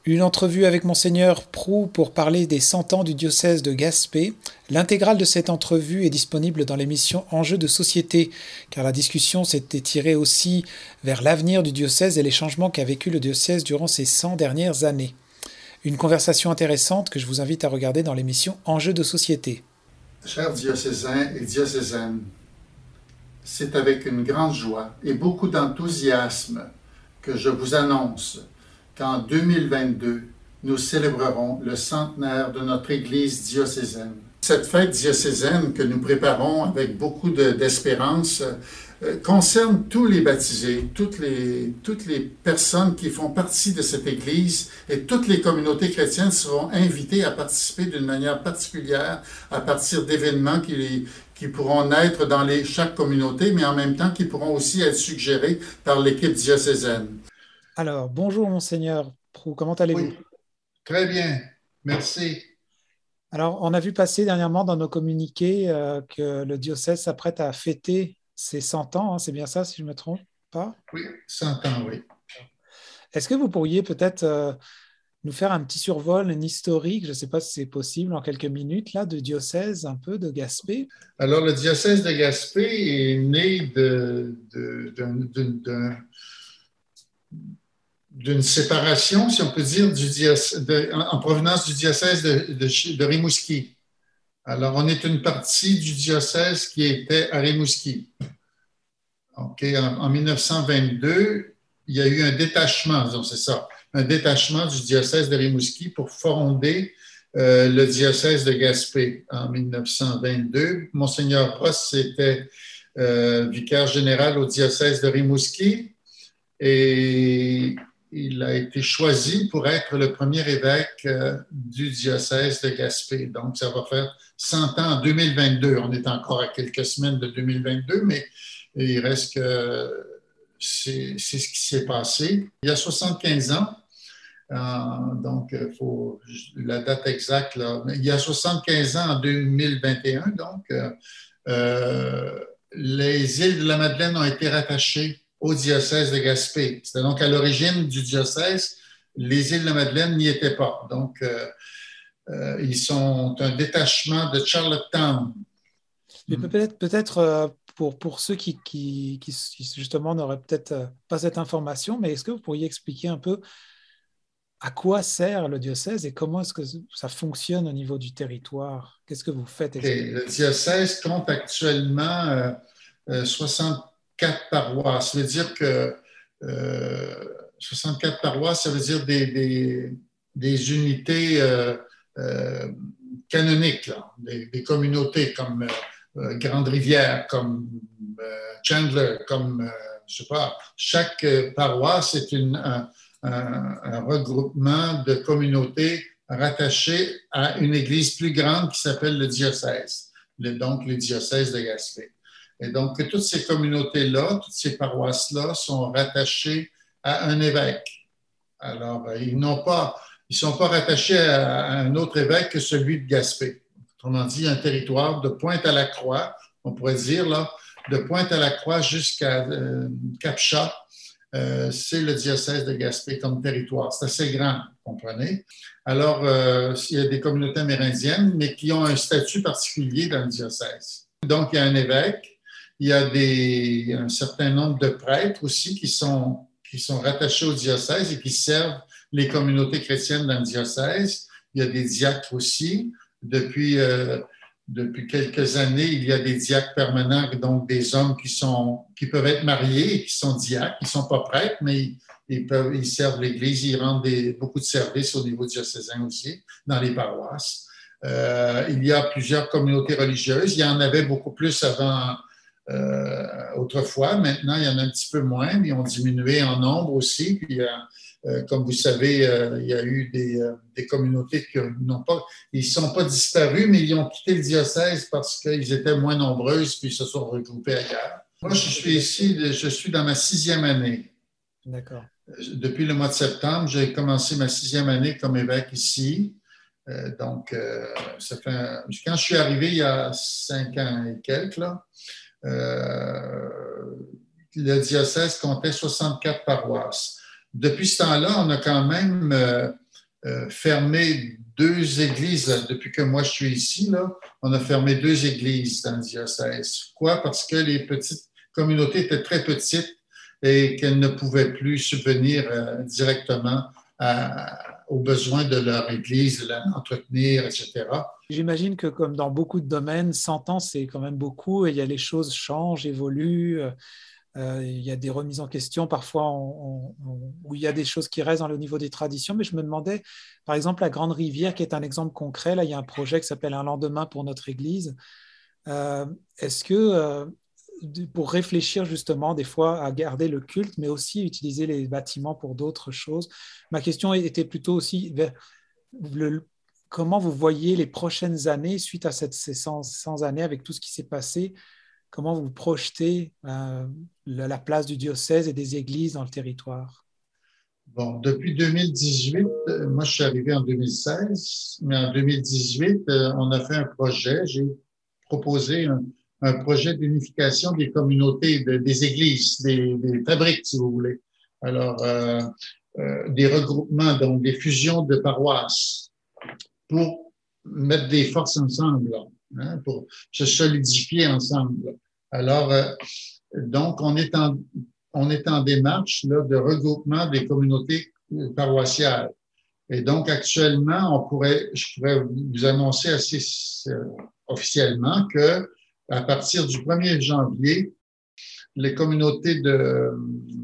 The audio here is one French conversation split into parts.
Une entrevue avec Monseigneur Prou pour parler des 100 ans du diocèse de Gaspé. L'intégrale de cette entrevue est disponible dans l'émission Enjeux de société, car la discussion s'est étirée aussi vers l'avenir du diocèse et les changements qu'a vécu le diocèse durant ces 100 dernières années. Une conversation intéressante que je vous invite à regarder dans l'émission Enjeux de société. Chers diocésains et diocésaines, c'est avec une grande joie et beaucoup d'enthousiasme que je vous annonce qu'en 2022, nous célébrerons le centenaire de notre Église diocésaine. Cette fête diocésaine que nous préparons avec beaucoup d'espérance concerne tous les baptisés, toutes les personnes qui font partie de cette Église, et toutes les communautés chrétiennes seront invitées à participer d'une manière particulière à partir d'événements qui pourront naître dans chaque communauté, mais en même temps qui pourront aussi être suggérés par l'équipe diocésaine. Alors, bonjour Monseigneur Prou, comment allez-vous? Oui, très bien, merci. Alors, on a vu passer dernièrement dans nos communiqués que le diocèse s'apprête à fêter ses 100 ans, hein, c'est bien ça si je ne me trompe pas? Oui, 100 ans, oui. Est-ce que vous pourriez peut-être nous faire un petit survol, un historique, je ne sais pas si c'est possible en quelques minutes, là, de diocèse un peu de Gaspé? Alors, le diocèse de Gaspé est né d'une séparation, si on peut dire, en provenance du diocèse de Rimouski. Alors, on est une partie du diocèse qui était à Rimouski. Okay. En 1922, il y a eu un détachement, disons, c'est ça, un détachement du diocèse de Rimouski pour fonder le diocèse de Gaspé en 1922. Monseigneur Ross était vicaire général au diocèse de Rimouski et il a été choisi pour être le premier évêque du diocèse de Gaspé. Donc, ça va faire 100 ans en 2022. On est encore à quelques semaines de 2022, mais il reste que c'est ce qui s'est passé. Il y a 75 ans, donc il faut la date exacte, là, il y a 75 ans en 2021, donc les îles de la Madeleine ont été rattachées au diocèse de Gaspé. C'était donc à l'origine du diocèse, les îles de la Madeleine n'y étaient pas. Donc, ils sont un détachement de Charlottetown. Mais peut-être pour ceux qui justement n'auraient peut-être pas cette information, mais est-ce que vous pourriez expliquer un peu à quoi sert le diocèse et comment est-ce que ça fonctionne au niveau du territoire? Qu'est-ce que vous faites Okay. exactement? Le diocèse compte actuellement 64 paroisses. Ça veut dire que 64 paroisses, ça veut dire des unités canoniques, là, des communautés comme Grande-Rivière, comme Chandler, comme, je sais pas, chaque paroisse est un regroupement de communautés rattachées à une église plus grande qui s'appelle le diocèse, donc le diocèse de Gaspé. Et donc, toutes ces communautés-là, toutes ces paroisses-là sont rattachées à un évêque. Alors, ils ne sont pas rattachés à un autre évêque que celui de Gaspé. Autrement dit, un territoire de Pointe-à-la-Croix, on pourrait dire, là, de Pointe-à-la-Croix jusqu'à Cap-Chat, c'est le diocèse de Gaspé comme territoire. C'est assez grand, vous comprenez? Alors, il y a des communautés amérindiennes, mais qui ont un statut particulier dans le diocèse. Donc, il y a un évêque, il y a un certain nombre de prêtres aussi qui sont rattachés au diocèse et qui servent les communautés chrétiennes dans le diocèse. Il y a des diacres aussi. Depuis quelques années, il y a des diacres permanents, donc des hommes qui peuvent être mariés et qui sont diacres, qui ne sont pas prêtres, mais ils servent l'Église, ils rendent beaucoup de services au niveau diocésain aussi, dans les paroisses. Il y a plusieurs communautés religieuses. Il y en avait beaucoup plus avant, autrefois. Maintenant, il y en a un petit peu moins, mais ils ont diminué en nombre aussi. Puis, comme vous savez, il y a eu des communautés qui n'ont pas, ils ne sont pas disparus, mais ils ont quitté le diocèse parce qu'ils étaient moins nombreuses, puis ils se sont regroupés ailleurs. Moi, je suis ici, je suis dans ma 6e année. D'accord. Depuis le mois de septembre, j'ai commencé ma 6e année comme évêque ici. Donc, quand je suis arrivé il y a 5 ans et quelques, là, le diocèse comptait 64 paroisses. Depuis ce temps-là, on a quand même fermé 2 églises depuis que moi je suis ici. Là, on a fermé 2 églises dans le diocèse. Pourquoi? Parce que les petites communautés étaient très petites et qu'elles ne pouvaient plus subvenir directement aux besoins de leur église, de l'entretenir, etc. J'imagine que comme dans beaucoup de domaines, 100 ans, c'est quand même beaucoup et il y a les choses changent, évoluent. Il y a des remises en question parfois où il y a des choses qui restent au niveau des traditions, mais je me demandais, par exemple, la Grande Rivière, qui est un exemple concret, là, il y a un projet qui s'appelle Un lendemain pour notre Église. Est-ce que, pour réfléchir justement des fois à garder le culte, mais aussi utiliser les bâtiments pour d'autres choses, ma question était plutôt aussi comment vous voyez les prochaines années suite à ces 100 années avec tout ce qui s'est passé. Comment vous projetez la place du diocèse et des églises dans le territoire? Bon, depuis 2018, moi je suis arrivé en 2016, mais en 2018, on a fait un projet. J'ai proposé un projet d'unification des communautés, des églises, des fabriques, si vous voulez. Alors, des regroupements, donc des fusions de paroisses pour mettre des forces ensemble, hein, pour se solidifier ensemble. Alors, donc, on est en démarche là, de regroupement des communautés paroissiales. Et donc, actuellement, je pourrais vous annoncer assez officiellement que à partir du 1er janvier, les communautés de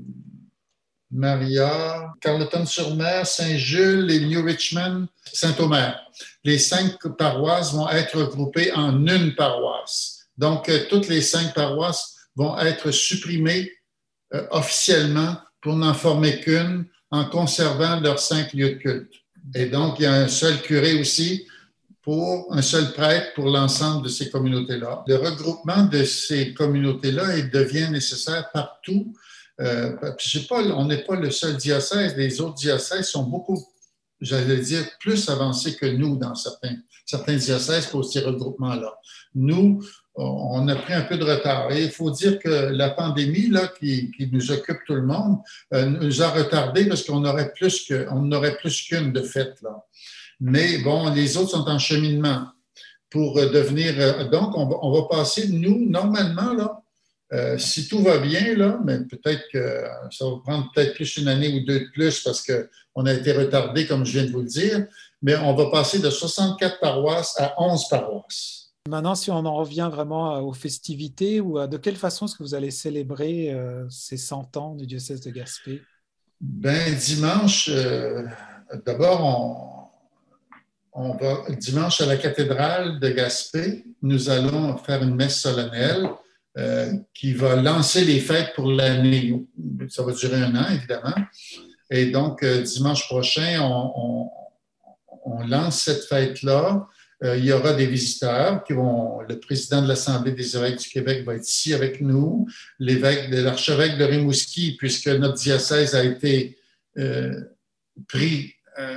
Maria, Carleton-sur-Mer, Saint-Jules et New Richmond, Saint-Omer. Les 5 paroisses vont être regroupées en une paroisse. Donc, toutes les 5 paroisses vont être supprimées officiellement pour n'en former qu'une en conservant leurs 5 lieux de culte. Et donc, il y a un seul curé aussi, un seul prêtre pour l'ensemble de ces communautés-là. Le regroupement de ces communautés-là devient nécessaire partout. On n'est pas le seul diocèse. Les autres diocèses sont beaucoup, j'allais dire, plus avancés que nous dans certains diocèses pour ces regroupements-là. Nous, on a pris un peu de retard. Et il faut dire que la pandémie là, qui nous occupe tout le monde nous a retardé parce qu'on aurait plus qu'une de fait. Là. Mais bon, les autres sont en cheminement pour devenir. Donc, on va passer, nous, normalement, là, si tout va bien, là, mais peut-être que ça va prendre peut-être plus une année ou 2 de plus parce qu'on a été retardé, comme je viens de vous le dire, mais on va passer de 64 paroisses à 11 paroisses. Maintenant, si on en revient vraiment aux festivités, de quelle façon est-ce que vous allez célébrer ces 100 ans du diocèse de Gaspé? Ben, dimanche, d'abord, dimanche à la cathédrale de Gaspé, nous allons faire une messe solennelle qui va lancer les fêtes pour l'année. Ça va durer 1 an, évidemment. Et donc, dimanche prochain, on lance cette fête-là. Il y aura des visiteurs le président de l'Assemblée des évêques du Québec va être ici avec nous, l'archevêque de Rimouski, puisque notre diocèse a été pris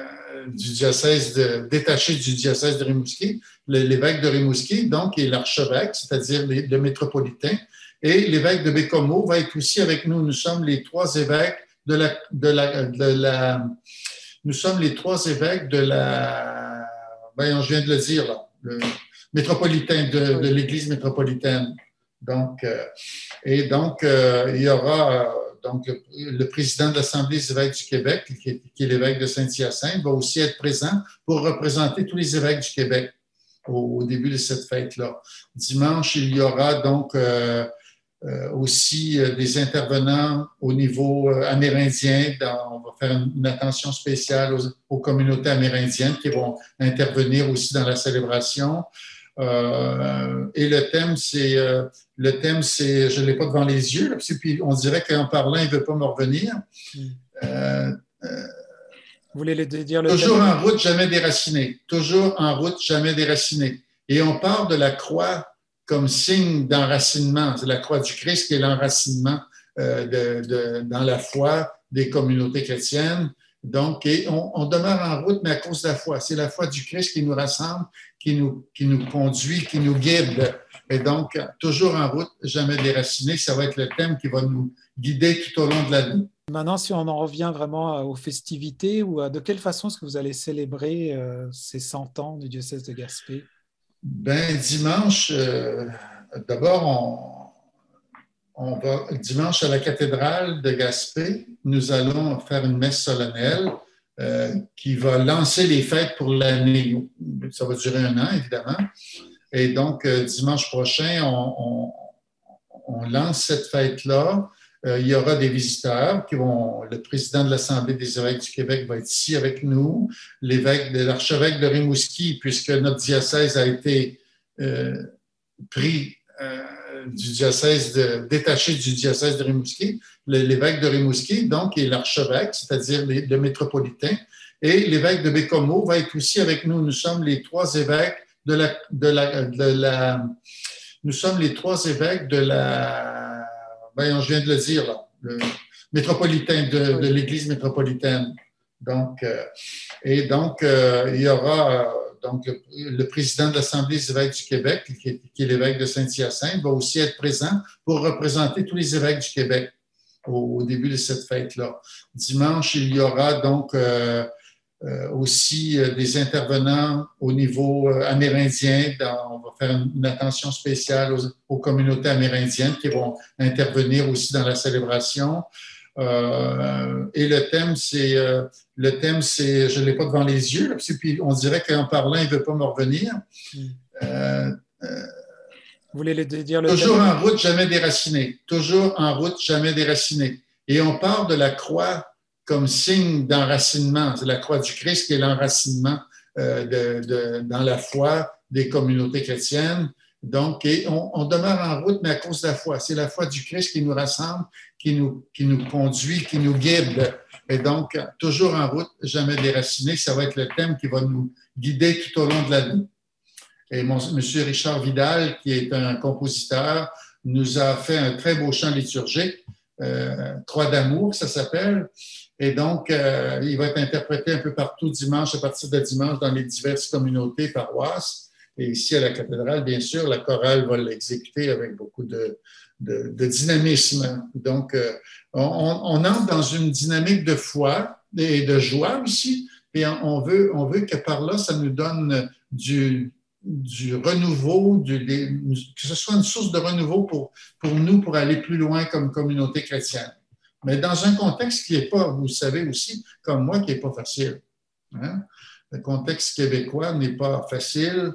détaché du diocèse de Rimouski, l'évêque de Rimouski, donc, est l'archevêque, c'est-à-dire le métropolitain, et l'évêque de Bécomo va être aussi avec nous. Nous sommes les 3 évêques nous sommes les 3 évêques de la je viens de le dire, là, le métropolitain de l'Église métropolitaine. Donc, il y aura le président de l'Assemblée des évêques du Québec, qui est l'évêque de Saint-Hyacinthe, va aussi être présent pour représenter tous les évêques du Québec au début de cette fête-là. Dimanche, il y aura donc aussi des intervenants au niveau amérindien. On va faire une attention spéciale aux communautés amérindiennes qui vont intervenir aussi dans la célébration. Et le thème, c'est, je ne l'ai pas devant les yeux, là, puis on dirait qu'en parlant, il ne veut pas me revenir. Vous voulez dire le toujours thème? En route, jamais déraciné. Toujours en route, jamais déraciné. Et on part de la croix comme signe d'enracinement. C'est la croix du Christ qui est l'enracinement dans la foi des communautés chrétiennes. Donc, on demeure en route, mais à cause de la foi. C'est la foi du Christ qui nous rassemble, qui nous conduit, qui nous guide Et donc, toujours en route, jamais déraciné, ça va être le thème qui va nous guider tout au long de l'année. Maintenant, si on en revient vraiment aux festivités, ou de quelle façon est-ce que vous allez célébrer ces 100 ans du diocèse de Gaspé? Ben, dimanche, d'abord, on va dimanche à la cathédrale de Gaspé, nous allons faire une messe solennelle qui va lancer les fêtes pour l'année. Ça va durer un an, évidemment. Et donc, dimanche prochain, on lance cette fête-là. Il y aura des visiteurs le président de l'Assemblée des évêques du Québec va être ici avec nous, l'archevêque de Rimouski, puisque notre diocèse a été pris du diocèse détaché du diocèse de Rimouski, l'évêque de Rimouski, donc, est l'archevêque, c'est-à-dire le métropolitain, et l'évêque de Bécomo va être aussi avec nous. Nous sommes les trois évêques nous sommes les trois évêques de la, je viens de le dire, là, le métropolitain de l'Église métropolitaine. Donc, il y aura donc le président de l'Assemblée des évêques du Québec, qui est l'évêque de Saint-Hyacinthe, va aussi être présent pour représenter tous les évêques du Québec au début de cette fête-là. Dimanche, il y aura donc aussi des intervenants au niveau amérindien. On va faire une attention spéciale aux communautés amérindiennes qui vont intervenir aussi dans la célébration. Et le thème, c'est, je ne l'ai pas devant les yeux, là, puis on dirait qu'en parlant, il ne veut pas me revenir. Vous voulez dire le toujours thème? En route, jamais déraciné. Toujours en route, jamais déraciné. Et on part de la croix comme signe d'enracinement. C'est la croix du Christ qui est l'enracinement dans la foi des communautés chrétiennes. Donc, on demeure en route, mais à cause de la foi. C'est la foi du Christ qui nous rassemble, qui nous conduit, qui nous guide. Et donc, toujours en route, jamais déraciné. Ça va être le thème qui va nous guider tout au long de l'année. Et M. Richard Vidal, qui est un compositeur, nous a fait un très beau chant liturgique, Croix d'amour, ça s'appelle. Et donc, il va être interprété un peu partout dimanche, à partir de dimanche, dans les diverses communautés, paroisses. Et ici, à la cathédrale, bien sûr, la chorale va l'exécuter avec beaucoup de dynamisme. Donc, on entre dans une dynamique de foi et de joie aussi. Et on veut que par là, ça nous donne du renouveau, que ce soit une source de renouveau pour nous, pour aller plus loin comme communauté chrétienne. Mais dans un contexte qui n'est pas, vous savez aussi, comme moi, qui n'est pas facile. Hein? Le contexte québécois n'est pas facile.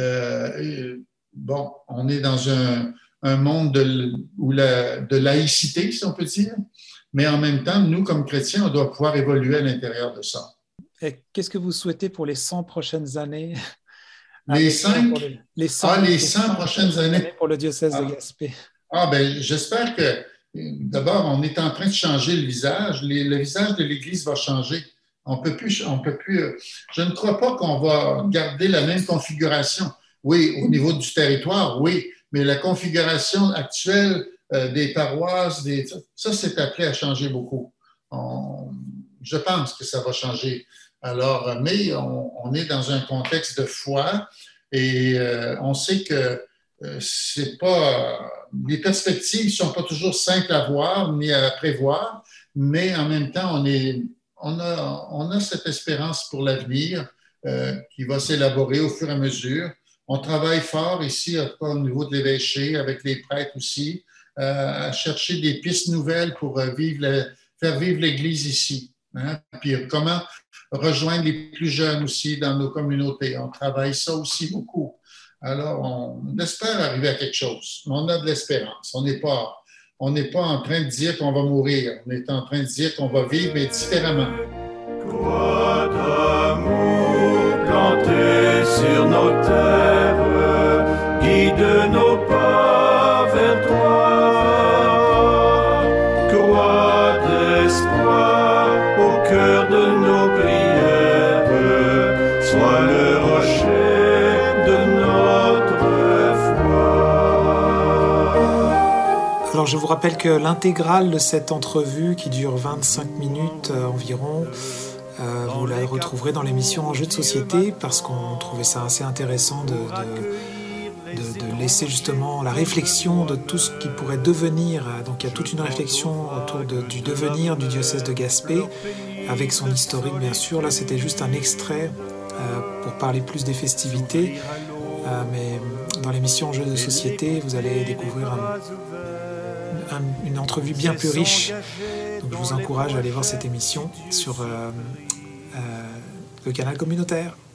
On est dans un monde de laïcité, si on peut dire, mais en même temps, nous, comme chrétiens, on doit pouvoir évoluer à l'intérieur de ça. Et qu'est-ce que vous souhaitez pour les 100 prochaines années? Les 100 prochaines années pour le diocèse de Gaspé. J'espère que, d'abord, on est en train de changer le visage. Le visage de l'Église va changer. On peut plus. Je ne crois pas qu'on va garder la même configuration. Oui, au niveau du territoire, oui, mais la configuration actuelle des paroisses, ça, c'est appelé à changer beaucoup. Je pense que ça va changer. Alors, mais on est dans un contexte de foi et on sait que c'est pas les perspectives ne sont pas toujours simples à voir ni à prévoir, mais en même temps, on a cette espérance pour l'avenir qui va s'élaborer au fur et à mesure. On travaille fort ici, au niveau de l'évêché, avec les prêtres aussi, à chercher des pistes nouvelles pour faire vivre l'Église ici. Hein? Puis comment rejoindre les plus jeunes aussi dans nos communautés. On travaille ça aussi beaucoup. Alors, on espère arriver à quelque chose. On a de l'espérance. On n'est pas en train de dire qu'on va mourir. On est en train de dire qu'on va vivre, mais différemment. Croix d'amour plantée sur nos terres, guide nos pas vers toi. Croix d'espoir au cœur de nos prières, sois le rocher de notre foi. Alors je vous rappelle que l'intégrale de cette entrevue qui dure 25 minutes environ, vous la retrouverez dans l'émission Enjeux de société parce qu'on trouvait ça assez intéressant de laisser justement la réflexion de tout ce qui pourrait devenir. Donc il y a toute une réflexion autour du devenir du diocèse de Gaspé, avec son historique bien sûr. Là c'était juste un extrait pour parler plus des festivités, mais dans l'émission Enjeux de société, vous allez découvrir une entrevue bien plus riche. Donc je vous encourage à aller voir cette émission sur le canal communautaire.